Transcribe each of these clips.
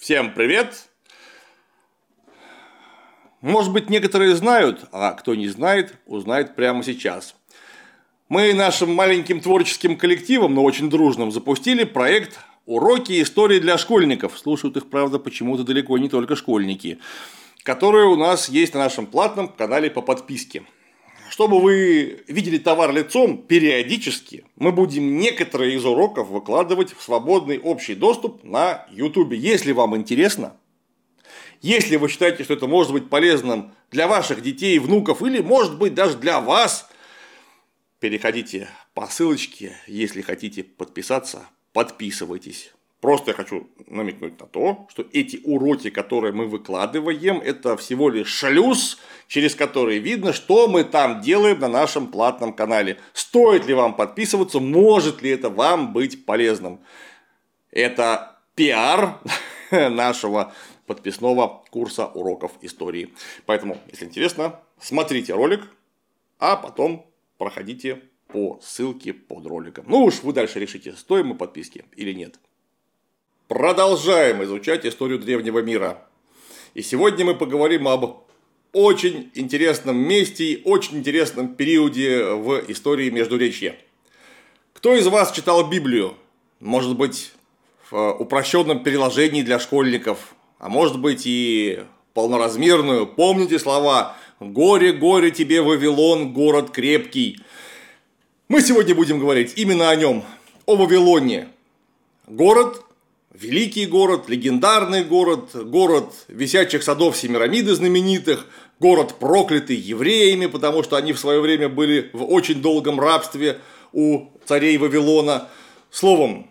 Всем привет! Может быть, некоторые знают, а кто не знает, узнает прямо сейчас. Мы нашим маленьким творческим коллективом, но очень дружным, запустили проект «Уроки истории для школьников». Слушают их, правда, почему-то далеко не только школьники, которые у нас есть на нашем платном канале по подписке. Чтобы вы видели товар лицом, периодически мы будем некоторые из уроков выкладывать в свободный общий доступ на YouTube. Если вам интересно, если вы считаете, что это может быть полезным для ваших детей, внуков или, может быть, даже для вас, переходите по ссылочке, если хотите подписаться, подписывайтесь. Просто я хочу намекнуть на то, что эти уроки, которые мы выкладываем, это всего лишь шлюз, через который видно, что мы там делаем на нашем платном канале. Стоит ли вам подписываться, может ли это вам быть полезным. Это пиар нашего подписного курса уроков истории. Поэтому, если интересно, смотрите ролик, а потом проходите по ссылке под роликом. Ну уж вы дальше решите, стоим мы подписки или нет. Продолжаем изучать историю древнего мира. И сегодня мы поговорим об очень интересном месте и очень интересном периоде в истории Междуречья. Кто из вас читал Библию? Может быть, в упрощенном переложении для школьников, а может быть и полноразмерную. Помните слова «Горе, горе тебе, Вавилон, город крепкий». Мы сегодня будем говорить именно о нем, о Вавилоне. Город, великий город, легендарный город, город висячих садов Семирамиды знаменитых, город проклятый евреями, потому что они в свое время были в очень долгом рабстве у царей Вавилона. Словом,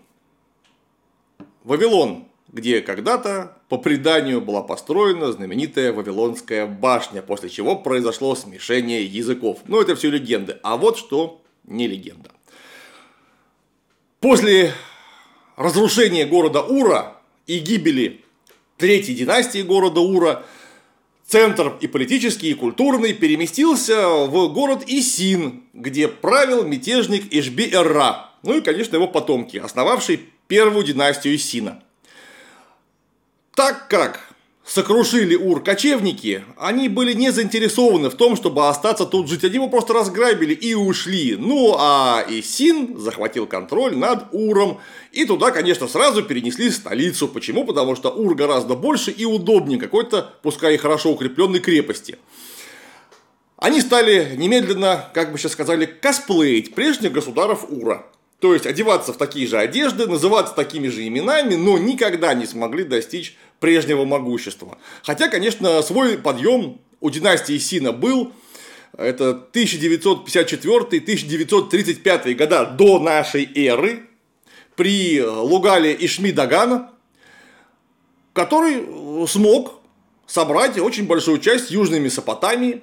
Вавилон, где когда-то, по преданию, была построена знаменитая Вавилонская башня, после чего произошло смешение языков. Но это все легенды. А вот что не легенда. После разрушения города Ура и гибели третьей династии города Ура, центр и политический, и культурный переместился в город Исин, где правил мятежник Ишби-Эрра, ну и, конечно, его потомки, основавшие первую династию Исина. Так как сокрушили Ур кочевники, они были не заинтересованы в том, чтобы остаться тут жить. Они его просто разграбили и ушли. Ну, а Исин захватил контроль над Уром. И туда, конечно, сразу перенесли столицу. Почему? Потому что Ур гораздо больше и удобнее какой-то, пускай и хорошо укрепленной крепости. Они стали немедленно, как бы сейчас сказали, косплеить прежних государов Ура. То есть одеваться в такие же одежды, называться такими же именами, но никогда не смогли достичь прежнего могущества. Хотя, конечно, свой подъем у династии Сина был. Это 1954-1935 года до нашей эры при Лугале Ишми-Дагана, который смог собрать очень большую часть Южной Месопотамии.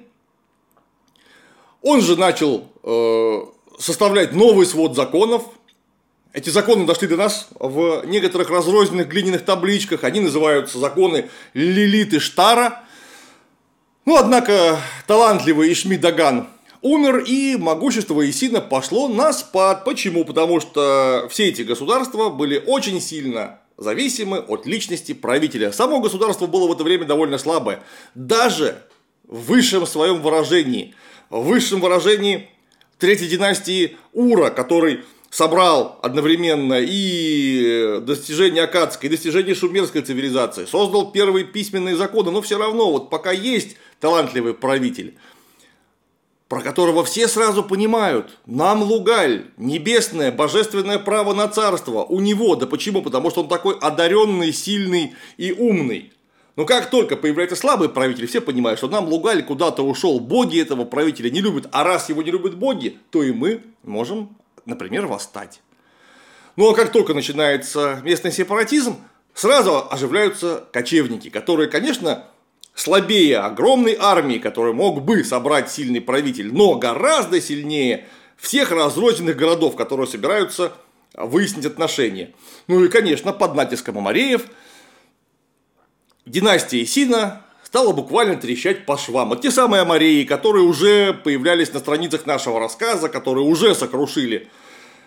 Он же начал составлять новый свод законов. Эти законы дошли до нас в некоторых разрозненных глиняных табличках. Они называются законы Лилит-Иштара. Ну, однако, талантливый Ишми-Даган умер, и могущество Исина пошло на спад. Почему? Потому что все эти государства были очень сильно зависимы от личности правителя. Само государство было в это время довольно слабое. Даже в высшем своем выражении. В высшем выражении третьей династии Ура, который собрал одновременно и достижения аккадской, и достижения шумерской цивилизации, создал первые письменные законы, но все равно, вот пока есть талантливый правитель, про которого все сразу понимают, нам Лугаль, небесное, божественное право на царство, у него, да почему? Потому что он такой одаренный, сильный и умный. Но как только появляется слабый правитель, все понимают, что нам Лугаль куда-то ушел, боги этого правителя не любят, а раз его не любят боги, то и мы можем, например, восстать. Ну а как только начинается местный сепаратизм, сразу оживляются кочевники, которые, конечно, слабее огромной армии, которую мог бы собрать сильный правитель, но гораздо сильнее всех разрозненных городов, которые собираются выяснить отношения. Ну и, конечно, под натиском амореев династия Исина стала буквально трещать по швам. Вот те самые амореи, которые уже появлялись на страницах нашего рассказа, которые уже сокрушили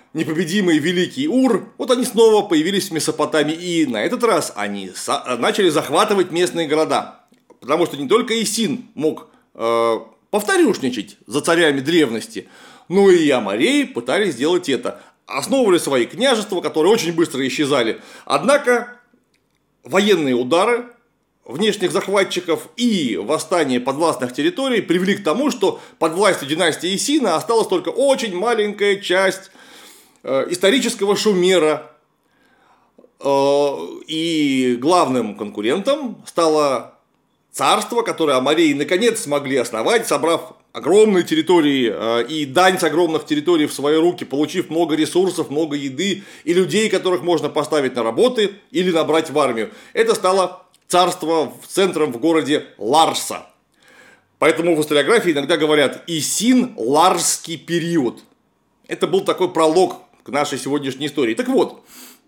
непобедимый великий Ур, вот они снова появились в Месопотамии, и на этот раз они начали захватывать местные города. Потому что не только Исин мог повторюшничать за царями древности, но и амореи пытались сделать это. Основывали свои княжества, которые очень быстро исчезали. Однако военные удары внешних захватчиков и восстание подвластных территорий привели к тому, что под властью династии Исина осталась только очень маленькая часть исторического Шумера. И главным конкурентом стало царство, которое амореи наконец смогли основать, собрав огромные территории и дань с огромных территорий в свои руки, получив много ресурсов, много еды и людей, которых можно поставить на работы или набрать в армию. Это стало царство с центром в городе Ларса. Поэтому в историографии иногда говорят Исин-Ларский период. Это был такой пролог к нашей сегодняшней истории. Так вот,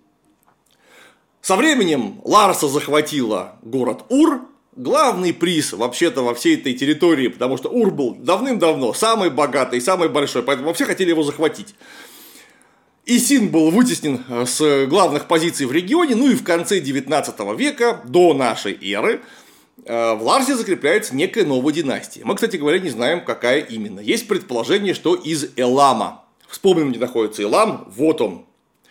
со временем Ларса захватила город Ур. Главный приз вообще-то во всей этой территории, потому что Ур был давным-давно самый богатый, самый большой, поэтому все хотели его захватить. Исин был вытеснен с главных позиций в регионе, ну и в конце 19 века, до нашей эры, в Ларсе закрепляется некая новая династия. Мы, кстати говоря, не знаем, какая именно. Есть предположение, что из Элама. Вспомним, где находится Элам, вот он.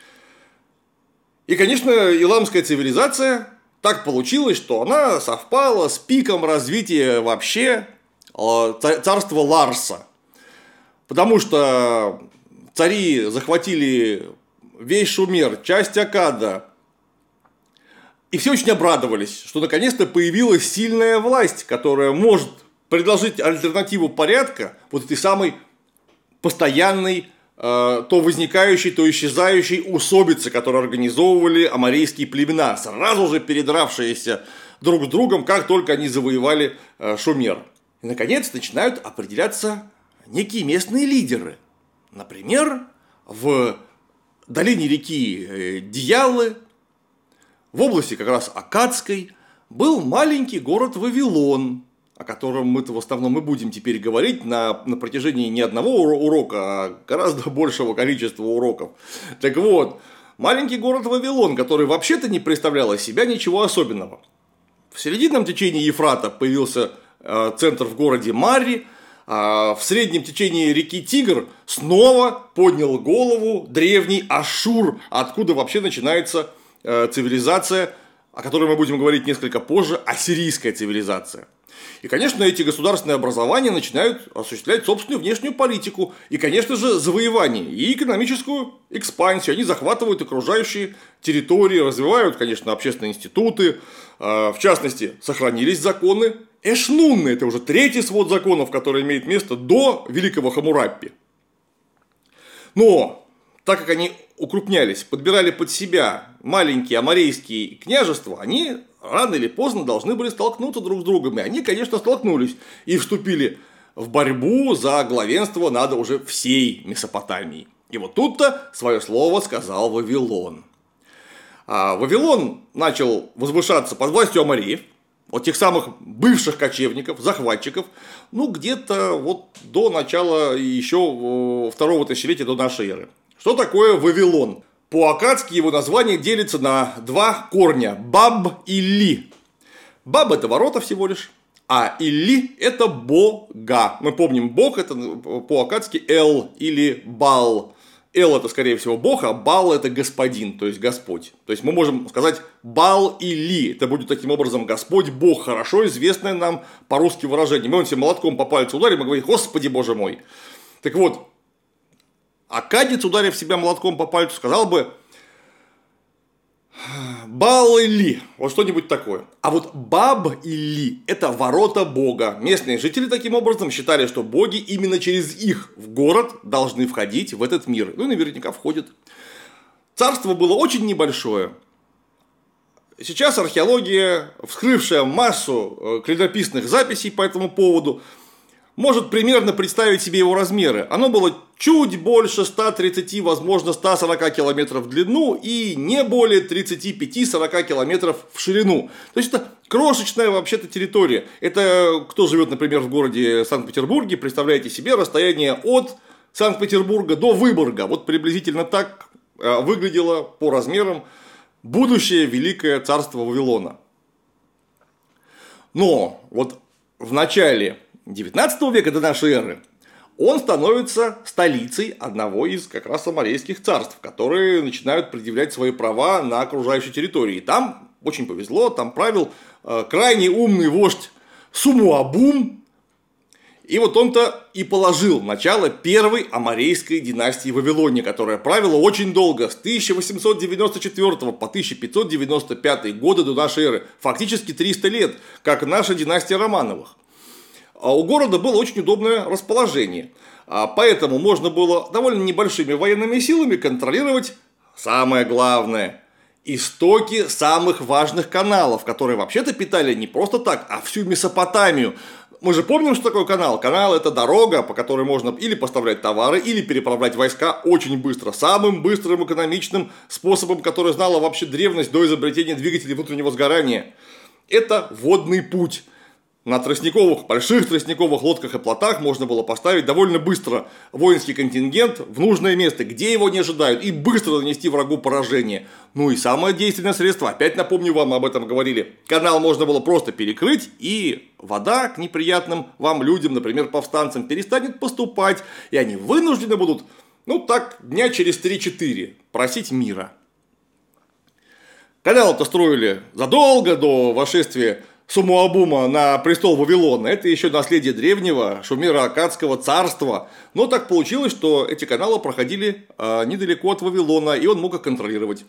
И, конечно, эламская цивилизация... Так получилось, что она совпала с пиком развития вообще царства Ларса. Потому что цари захватили весь Шумер, часть Аккада. И все очень обрадовались, что наконец-то появилась сильная власть, которая может предложить альтернативу порядка вот этой самой постоянной, то возникающей, то исчезающей усобицы, которые организовывали аморейские племена, сразу же передравшиеся друг с другом, как только они завоевали Шумер. И, наконец, начинают определяться некие местные лидеры. Например, в долине реки Диялы, в области как раз Аккадской, был маленький город Вавилон, о котором мы-то в основном и будем теперь говорить на протяжении не одного урока, а гораздо большего количества уроков. Так вот, маленький город Вавилон, который вообще-то не представлял из себя ничего особенного. В серединном течении Ефрата появился центр в городе Марри, а в среднем течении реки Тигр снова поднял голову древний Ашур, откуда вообще начинается цивилизация, о которой мы будем говорить несколько позже, ассирийская цивилизация. И, конечно, эти государственные образования начинают осуществлять собственную внешнюю политику и, конечно же, завоевание и экономическую экспансию. Они захватывают окружающие территории, развивают, конечно, общественные институты. В частности, сохранились законы Эшнунны. Это уже третий свод законов, который имеет место до Великого Хаммурапи. Но, так как они укрупнялись, подбирали под себя маленькие аморейские княжества, они рано или поздно должны были столкнуться друг с другом. И они, конечно, столкнулись и вступили в борьбу за главенство над уже всей Месопотамией. И вот тут-то свое слово сказал Вавилон. А Вавилон начал возвышаться под властью амореев, вот тех самых бывших кочевников, захватчиков, ну где-то вот до начала еще второго тысячелетия до нашей эры. Что такое Вавилон? По-аккадски его название делится на два корня – Баб и Ли. Баб – это ворота всего лишь, а Илли – это бога. Мы помним, бог – это по-аккадски Эл или Бал. Эл – это, скорее всего, бог, а Бал – это господин, то есть Господь. То есть мы можем сказать Бал и Ли. Это будет таким образом Господь, Бог, хорошо известное нам по-русски выражение. Мы себе молотком по пальцу ударим и говорим «Господи, Боже мой». Так вот, аккадец, ударив себя молотком по пальцу, сказал бы Бал и Ли, вот что-нибудь такое. А вот Баб и Ли – это ворота Бога. Местные жители таким образом считали, что боги именно через их в город должны входить в этот мир. Ну и наверняка входят. Царство было очень небольшое. Сейчас археология, вскрывшая массу клинописных записей по этому поводу, может примерно представить себе его размеры. Оно было чуть больше 130, возможно, 140 километров в длину и не более 35-40 километров в ширину. То есть это крошечная вообще-то территория. Это кто живет, например, в городе Санкт-Петербурге, представляете себе расстояние от Санкт-Петербурга до Выборга. Вот приблизительно так выглядело по размерам будущее Великое Царство Вавилона. Но вот в начале 19 века до нашей эры он становится столицей одного из как раз аморейских царств, которые начинают предъявлять свои права на окружающей территории. И там очень повезло, там правил крайне умный вождь Сумуабум. И вот он-то и положил начало первой аморейской династии в Вавилоне, которая правила очень долго, с 1894 по 1595 годы до нашей эры. Фактически 300 лет, как наша династия Романовых. А у города было очень удобное расположение. Поэтому можно было довольно небольшими военными силами контролировать самое главное – истоки самых важных каналов, которые вообще-то питали не просто так, а всю Месопотамию. Мы же помним, что такое канал. Канал – это дорога, по которой можно или поставлять товары, или переправлять войска очень быстро. Самым быстрым, экономичным способом, который знала вообще древность до изобретения двигателей внутреннего сгорания. Это водный путь. На тростниковых, больших тростниковых лодках и плотах можно было поставить довольно быстро воинский контингент в нужное место, где его не ожидают, и быстро нанести врагу поражение. Ну и самое действенное средство, опять напомню вам, об этом говорили, канал можно было просто перекрыть, и вода к неприятным вам людям, например, повстанцам, перестанет поступать, и они вынуждены будут, ну так, дня через 3-4 просить мира. Канал-то строили задолго до восшествия Сумуабума на престол Вавилона. Это еще наследие древнего Шумеро-Аккадского царства. Но так получилось, что эти каналы проходили недалеко от Вавилона, и он мог их контролировать.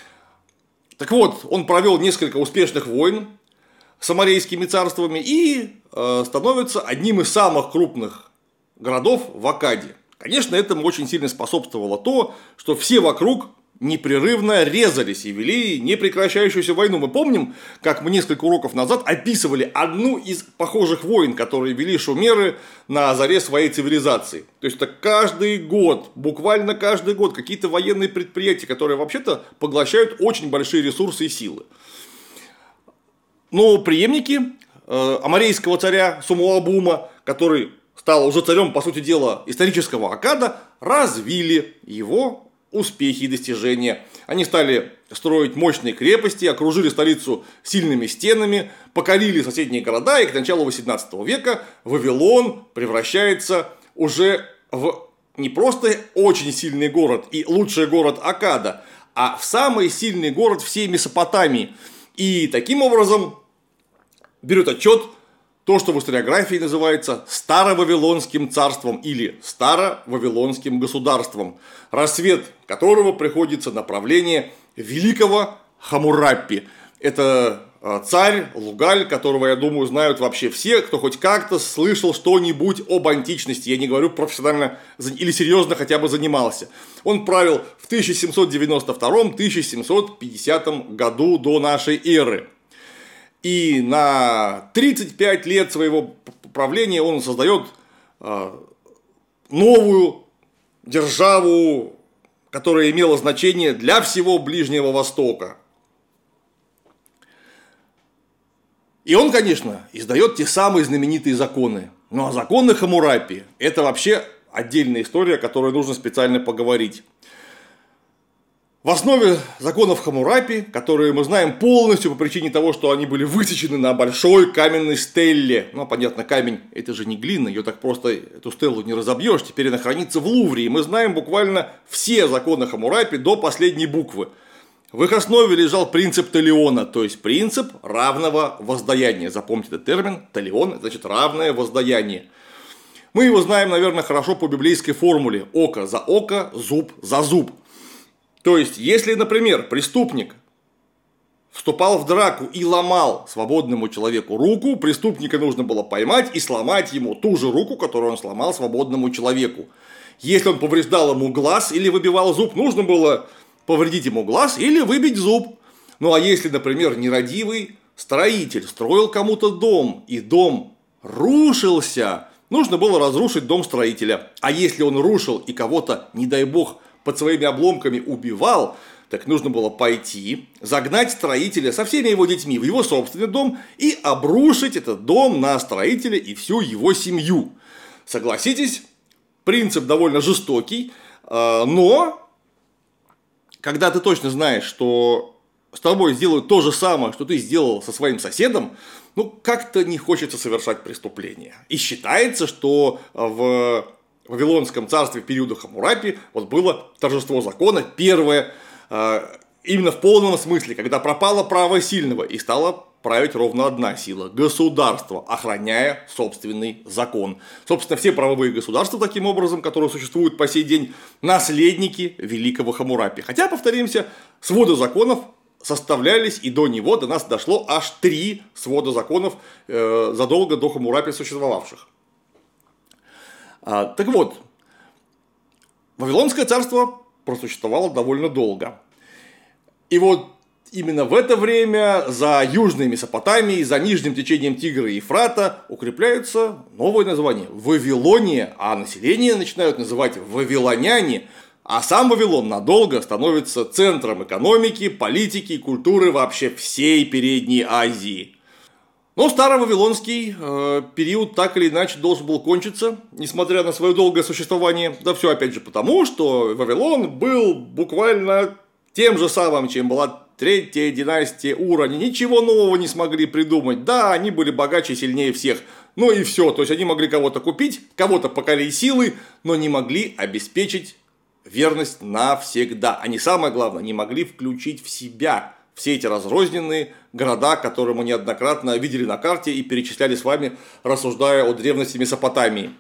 Так вот, он провел несколько успешных войн с аморейскими царствами и становится одним из самых крупных городов в Аккаде. Конечно, этому очень сильно способствовало то, что все вокруг непрерывно резались и вели непрекращающуюся войну. Мы помним, как мы несколько уроков назад описывали одну из похожих войн, которые вели шумеры на заре своей цивилизации. То есть это каждый год, буквально каждый год какие-то военные предприятия, которые вообще-то поглощают очень большие ресурсы и силы. Но преемники аморейского царя Сумуабума, который стал уже царем, по сути дела, исторического Аккада, развили его успехи и достижения. Они стали строить мощные крепости, окружили столицу сильными стенами, покорили соседние города, и к началу 18 века Вавилон превращается уже в не просто очень сильный город и лучший город Аккада, а в самый сильный город всей Месопотамии. И таким образом берет отчет то, что в историографии называется Старовавилонским царством или Старовавилонским государством, рассвет которого приходится на правление великого Хаммурапи. Это царь Лугаль, которого, я думаю, знают вообще все, кто хоть как-то слышал что-нибудь об античности. Я не говорю профессионально или серьезно хотя бы занимался. Он правил в 1792-1750 году до нашей эры. И на 35 лет своего правления он создает новую державу, которая имела значение для всего Ближнего Востока. И он, конечно, издает те самые знаменитые законы. Ну а законы Хаммурапи – это вообще отдельная история, о которой нужно специально поговорить. В основе законов Хаммурапи, которые мы знаем полностью по причине того, что они были высечены на большой каменной стелле. Ну, понятно, камень – это же не глина, ее так просто, эту стеллу не разобьешь. Теперь она хранится в Лувре, и мы знаем буквально все законы Хаммурапи до последней буквы. В их основе лежал принцип талиона, то есть принцип равного воздаяния. Запомните этот термин, талион – это значит равное воздаяние. Мы его знаем, наверное, хорошо по библейской формуле – око за око, зуб за зуб. То есть, если, например, преступник вступал в драку и ломал свободному человеку руку, преступника нужно было поймать и сломать ему ту же руку, которую он сломал свободному человеку. Если он повреждал ему глаз или выбивал зуб, нужно было повредить ему глаз или выбить зуб. Ну а если, например, нерадивый строитель строил кому-то дом, и дом рушился, нужно было разрушить дом строителя. А если он рушил и кого-то, не дай бог, под своими обломками убивал, так нужно было пойти, загнать строителя со всеми его детьми в его собственный дом и обрушить этот дом на строителя и всю его семью. Согласитесь, принцип довольно жестокий, но когда ты точно знаешь, что с тобой сделают то же самое, что ты сделал со своим соседом, ну, как-то не хочется совершать преступление. И считается, что в Вавилонском царстве периода Хаммурапи вот было торжество закона, первое, именно в полном смысле, когда пропало право сильного и стала править ровно одна сила – государство, охраняя собственный закон. Собственно, все правовые государства, таким образом, которые существуют по сей день, наследники великого Хаммурапи. Хотя, повторимся, своды законов составлялись, и до него до нас дошло аж 3 свода законов, задолго до Хаммурапи существовавших. Так вот, Вавилонское царство просуществовало довольно долго. И вот именно в это время за Южной Месопотамией, за нижним течением Тигра и Ефрата укрепляются новые названия – Вавилония, а население начинают называть вавилоняне, а сам Вавилон надолго становится центром экономики, политики и культуры вообще всей Передней Азии. Но старовавилонский период так или иначе должен был кончиться, несмотря на свое долгое существование. Да все опять же потому, что Вавилон был буквально тем же самым, чем была третья династия Ур. Они ничего нового не смогли придумать. Да, они были богаче и сильнее всех. Ну и все. То есть они могли кого-то купить, кого-то покорить силой, но не могли обеспечить верность навсегда. Они, самое главное, не могли включить в себя все эти разрозненные города, которые мы неоднократно видели на карте и перечисляли с вами, рассуждая о древности Месопотамии.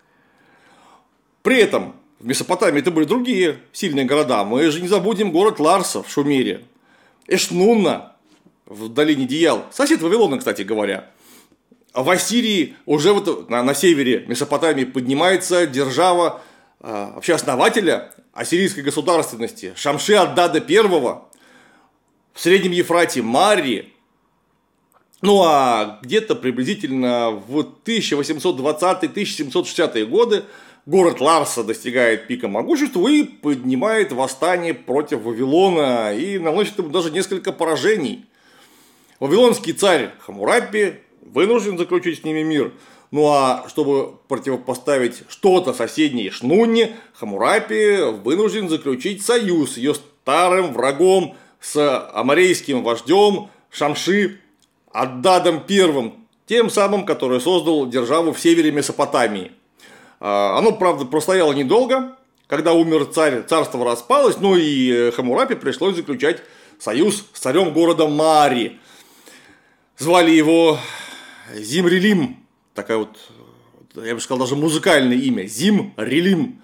При этом в Месопотамии это были другие сильные города. Мы же не забудем город Ларса в Шумере, Эшнунна в долине Диял, сосед Вавилона, кстати говоря. А в Ассирии уже на севере Месопотамии поднимается держава вообще основателя ассирийской государственности Шамши-ад-Дада I, в Среднем Ефрате Марри. Ну а где-то приблизительно в 1820-1760-е годы город Ларса достигает пика могущества и поднимает восстание против Вавилона и наносит ему даже несколько поражений. Вавилонский царь Хаммурапи вынужден заключить с ними мир. Ну а чтобы противопоставить что-то соседней Шнунне, Хаммурапи вынужден заключить союз с ее старым врагом, с аморейским вождем Шамши-ад-Дадом I, тем самым, который создал державу в севере Месопотамии. Оно, правда, простояло недолго, когда умер царь, царство распалось, ну и Хаммурапи пришлось заключать союз с царем города Мари. Звали его Зимрилим, такая вот, я бы сказал, даже музыкальное имя, Зимрилим.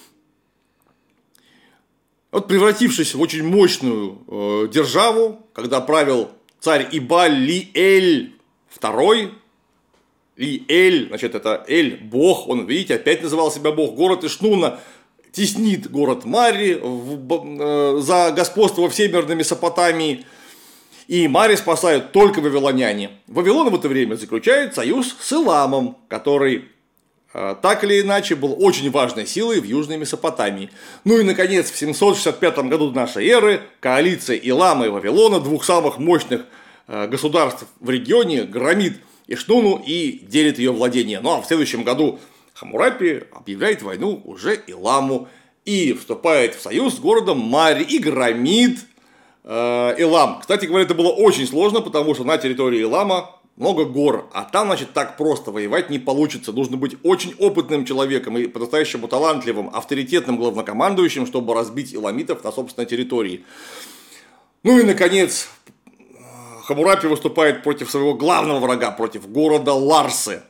Вот превратившись в очень мощную державу, когда правил царь Ибаль-Ли-Эль II, Ли-Эль, значит, это Эль, бог, он, видите, опять называл себя бог, город Эшнуна теснит город Мари за господство во всей Северной Месопотамии, и Мари спасают только вавилоняне. Вавилон в это время заключает союз с Иламом, который так или иначе был очень важной силой в Южной Месопотамии. Ну и, наконец, в 765 году нашей эры коалиция Илама и Вавилона, двух самых мощных государств в регионе, громит Эшнуну и делит ее владение. Ну а в следующем году Хаммурапи объявляет войну уже Иламу и вступает в союз с городом Мари и громит Илам. Кстати говоря, это было очень сложно, потому что на территории Илама много гор, а там, значит, так просто воевать не получится. Нужно быть очень опытным человеком и по-настоящему талантливым, авторитетным главнокомандующим, чтобы разбить иламитов на собственной территории. Ну и, наконец, Хаммурапи выступает против своего главного врага, против города Ларсы.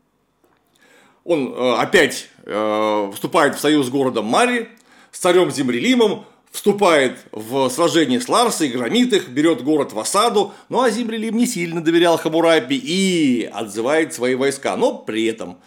Он опять вступает в союз с городом Мари, с царем Зимрилимом, вступает в сражение с Ларсой, громит их, берет город в осаду, ну а Зимрилим не сильно доверял Хаммурапи и отзывает свои войска, но при этом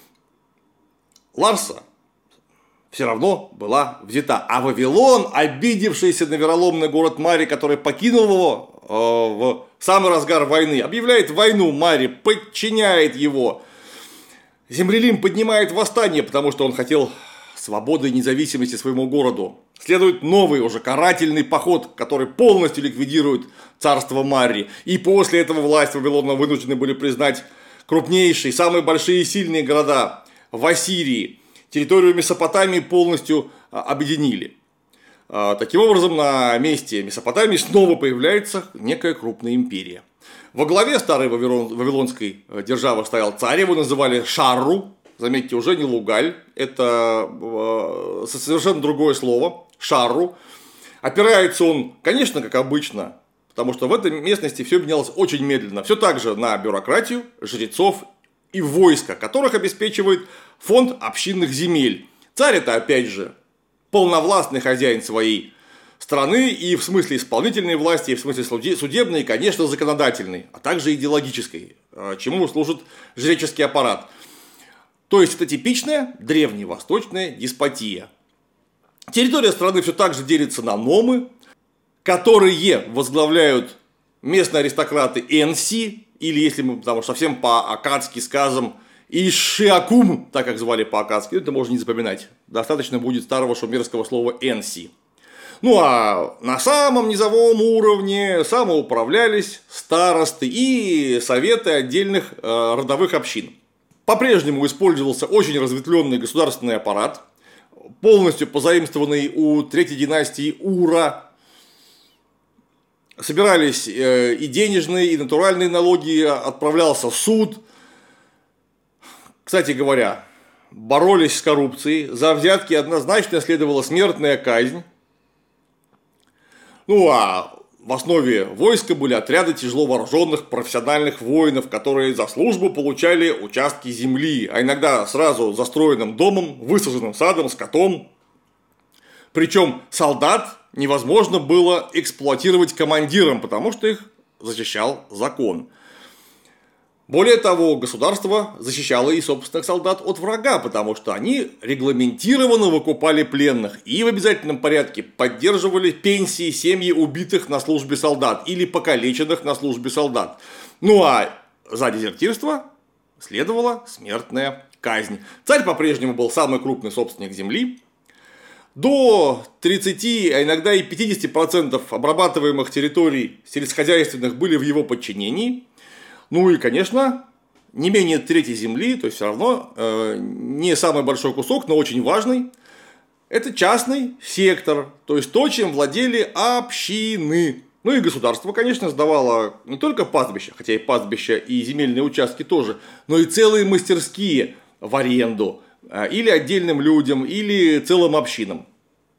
Ларса все равно была взята, а Вавилон, обидевшийся на вероломный город Мари, который покинул его в самый разгар войны, объявляет войну Мари, подчиняет его. Зимрилим поднимает восстание, потому что он хотел свободы и независимости своему городу. Следует новый уже карательный поход, который полностью ликвидирует царство Мари. И после этого власть Вавилона вынуждены были признать крупнейшие, самые большие и сильные города в Ассирии. территорию Месопотамии полностью объединили. Таким образом, на месте Месопотамии снова появляется некая крупная империя. Во главе старой вавилонской державы стоял царь, его называли Шарру. Заметьте, уже не Лугаль, это совершенно другое слово, Шарру. Опирается он, конечно, как обычно, потому что в этой местности все менялось очень медленно. Все так же на бюрократию, жрецов и войско, которых обеспечивает фонд общинных земель. Царь это, опять же, полновластный хозяин своей страны и в смысле исполнительной власти, и в смысле судебной, и, конечно, законодательной, а также идеологической, чему служит жреческий аппарат. То есть это типичная древневосточная деспотия. Территория страны все так же делится на номы, которые возглавляют местные аристократы Энси, или если мы потому что совсем по-аккадски скажем, Ишиакум, так как звали по-аккадски, это можно не запоминать. Достаточно будет старого шумерского слова Энси. Ну а на самом низовом уровне самоуправлялись старосты и советы отдельных родовых общин. По-прежнему использовался очень разветвленный государственный аппарат, полностью позаимствованный у третьей династии Ура. Собирались и денежные, и натуральные налоги, отправлялся суд. Кстати говоря, боролись с коррупцией, за взятки однозначно следовала смертная казнь. Ну а в основе войска были отряды тяжело вооруженных профессиональных воинов, которые за службу получали участки земли, а иногда сразу застроенным домом, высаженным садом, скотом. Причем солдат невозможно было эксплуатировать командиром, потому что их защищал закон. Более того, государство защищало и собственных солдат от врага, потому что они регламентированно выкупали пленных и в обязательном порядке поддерживали пенсии семьи убитых на службе солдат или покалеченных на службе солдат. Ну а за дезертирство следовала смертная казнь. Царь по-прежнему был самый крупный собственник земли. До 30, а иногда и 50% обрабатываемых территорий сельскохозяйственных были в его подчинении. Ну и, конечно, не менее трети земли, то есть все равно не самый большой кусок, но очень важный, это частный сектор, то есть то, чем владели общины. Ну и государство, конечно, сдавало не только пастбища, хотя и пастбища и земельные участки тоже, но и целые мастерские в аренду, или отдельным людям, или целым общинам.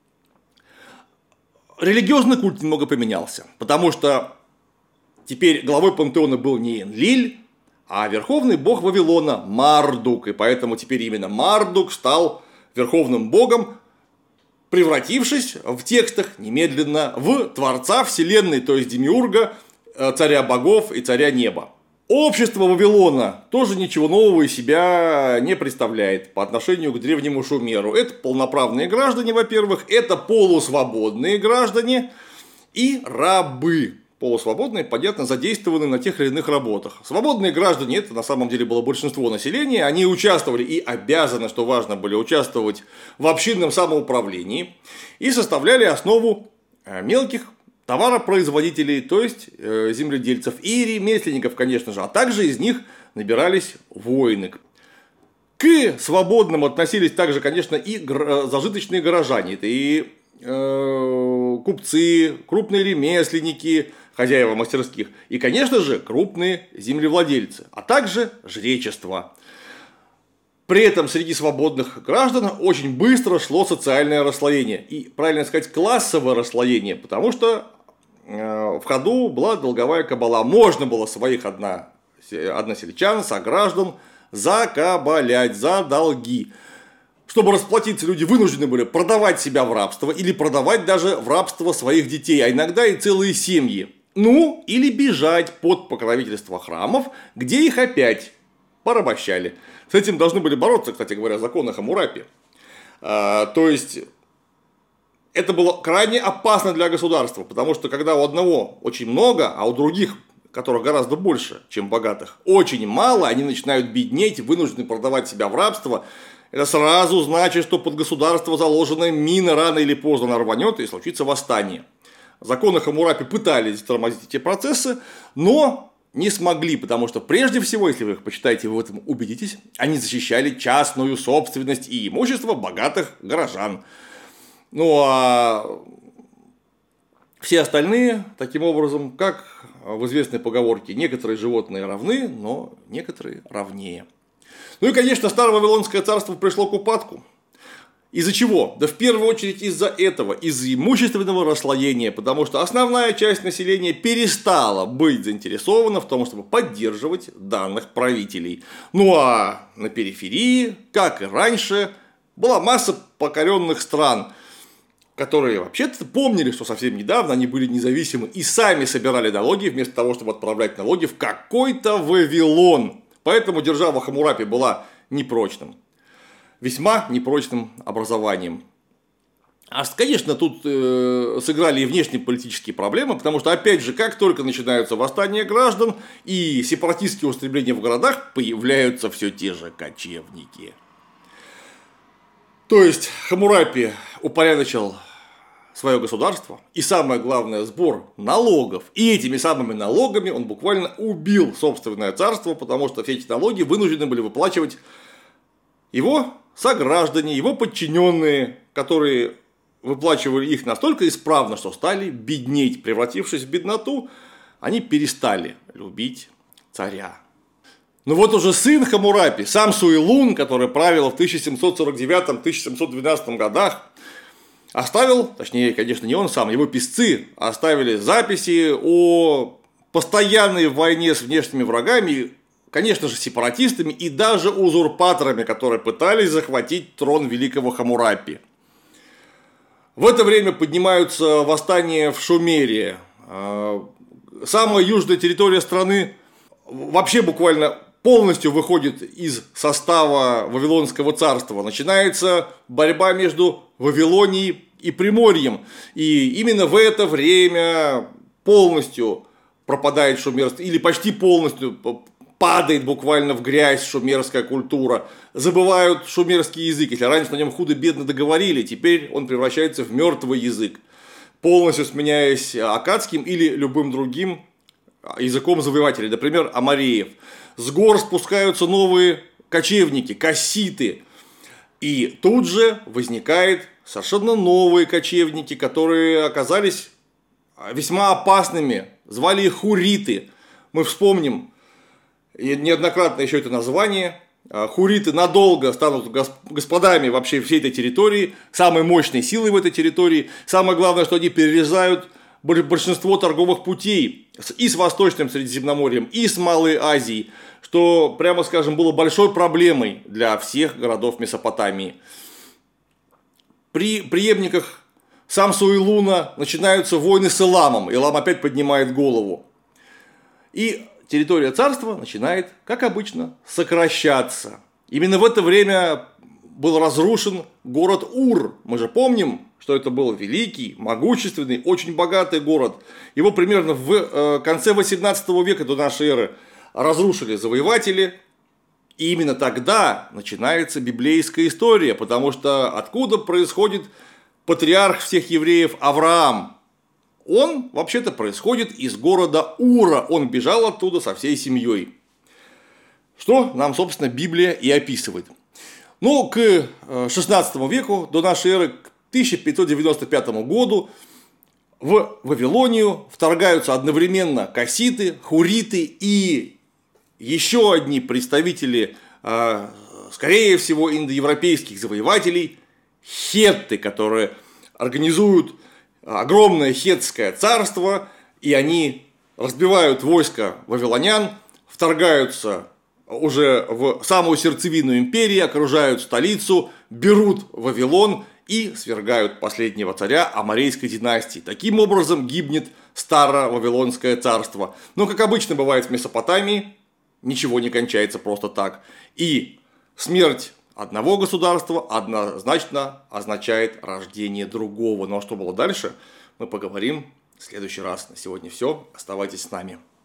Религиозный культ немного поменялся, потому что теперь главой пантеона был не Энлиль, а верховный бог Вавилона Мардук. И поэтому теперь именно Мардук стал верховным богом, превратившись в текстах немедленно в творца вселенной, то есть демиурга, царя богов и царя неба. Общество Вавилона тоже ничего нового из себя не представляет по отношению к древнему Шумеру. Это полноправные граждане, во-первых, это полусвободные граждане и рабы. Полусвободные, понятно, задействованы на тех или иных работах. Свободные граждане, это на самом деле было большинство населения, они участвовали и обязаны, что важно, были участвовать в общинном самоуправлении и составляли основу мелких товаропроизводителей, то есть земледельцев и ремесленников, конечно же, а также из них набирались воины. К свободным относились также, конечно, и зажиточные горожане, это и купцы, крупные ремесленники, хозяева мастерских и, конечно же, крупные землевладельцы, а также жречество. При этом среди свободных граждан очень быстро шло социальное расслоение и, правильно сказать, классовое расслоение, потому что в ходу была долговая кабала. Можно было своих односельчан, сограждан закабалять за долги. Чтобы расплатиться, люди вынуждены были продавать себя в рабство или продавать даже в рабство своих детей, а иногда и целые семьи. Ну, или бежать под покровительство храмов, где их опять порабощали. С этим должны были бороться, кстати говоря, законы Хаммурапи. То есть, это было крайне опасно для государства, потому что когда у одного очень много, а у других, которых гораздо больше, чем богатых, очень мало, они начинают беднеть, вынуждены продавать себя в рабство. Это сразу значит, что под государство заложенная мина рано или поздно рванет и случится восстание. Законы Хаммурапи пытались тормозить эти процессы, но не смогли, потому что прежде всего, если вы их почитаете, вы в этом убедитесь, они защищали частную собственность и имущество богатых горожан. Ну а все остальные, таким образом, как в известной поговорке, некоторые животные равны, но некоторые равнее. Ну и, конечно, Старое Вавилонское царство пришло к упадку. Из-за чего? Да в первую очередь из-за этого, из-за имущественного расслоения, потому что основная часть населения перестала быть заинтересована в том, чтобы поддерживать данных правителей. Ну а на периферии, как и раньше, была масса покоренных стран, которые вообще-то помнили, что совсем недавно они были независимы и сами собирали налоги, вместо того, чтобы отправлять налоги в какой-то Вавилон. Поэтому держава Хаммурапи была непрочным. Весьма непрочным образованием. А, конечно, тут сыграли и внешнеполитические проблемы, потому что, опять же, как только начинаются восстания граждан и сепаратистские устремления в городах, появляются все те же кочевники. То есть Хаммурапи упорядочил свое государство и, самое главное, сбор налогов. И этими самыми налогами он буквально убил собственное царство, потому что все эти налоги вынуждены были выплачивать его сограждане, его подчиненные, которые выплачивали их настолько исправно, что стали беднеть. Превратившись в бедноту, они перестали любить царя. Но вот уже сын Хаммурапи, сам Суилун, который правил в 1749-1712 годах, оставил, точнее, конечно, не он сам, его писцы оставили записи о постоянной войне с внешними врагами, конечно же, сепаратистами и даже узурпаторами, которые пытались захватить трон великого Хаммурапи. В это время поднимаются восстания в Шумере. Самая южная территория страны вообще буквально полностью выходит из состава Вавилонского царства. Начинается борьба между Вавилонией и Приморьем. И именно в это время полностью пропадает шумерство, или почти полностью падает буквально в грязь шумерская культура. Забывают шумерский язык. Если раньше на нем худо-бедно договорили, теперь он превращается в мертвый язык, полностью сменяясь аккадским или любым другим языком завоевателей, например, амореев. С гор спускаются новые кочевники, касситы. И тут же возникают совершенно новые кочевники, которые оказались весьма опасными. Звали их хуриты. Мы вспомним неоднократно еще это название. Хуриты надолго станут господами вообще всей этой территории, самой мощной силой в этой территории. Самое главное, что они перерезают большинство торговых путей и с Восточным Средиземноморьем, и с Малой Азией, что, прямо скажем, было большой проблемой для всех городов Месопотамии. При преемниках Самсу-Илуна начинаются войны с Иламом. Илам опять поднимает голову. И территория царства начинает, как обычно, сокращаться. Именно в это время был разрушен город Ур. Мы же помним, что это был великий, могущественный, очень богатый город. Его примерно в конце 18 века до нашей эры разрушили завоеватели. И именно тогда начинается библейская история, потому что откуда происходит патриарх всех евреев Авраам? Он вообще-то происходит из города Ура, он бежал оттуда со всей семьей. Что нам, собственно, Библия и описывает. Но к 16 веку до нашей эры, к 1595 году, в Вавилонию вторгаются одновременно касситы, хуриты и еще одни представители, скорее всего, индоевропейских завоевателей, хетты, которые организуют огромное хеттское царство, и они разбивают войско вавилонян, вторгаются уже в самую сердцевину империи, окружают столицу, берут Вавилон и свергают последнего царя аморейской династии. Таким образом гибнет Старо-Вавилонское царство. Но, как обычно бывает в Месопотамии, ничего не кончается просто так. И смерть одного государства однозначно означает рождение другого. Ну а что было дальше, мы поговорим в следующий раз. На сегодня все. Оставайтесь с нами.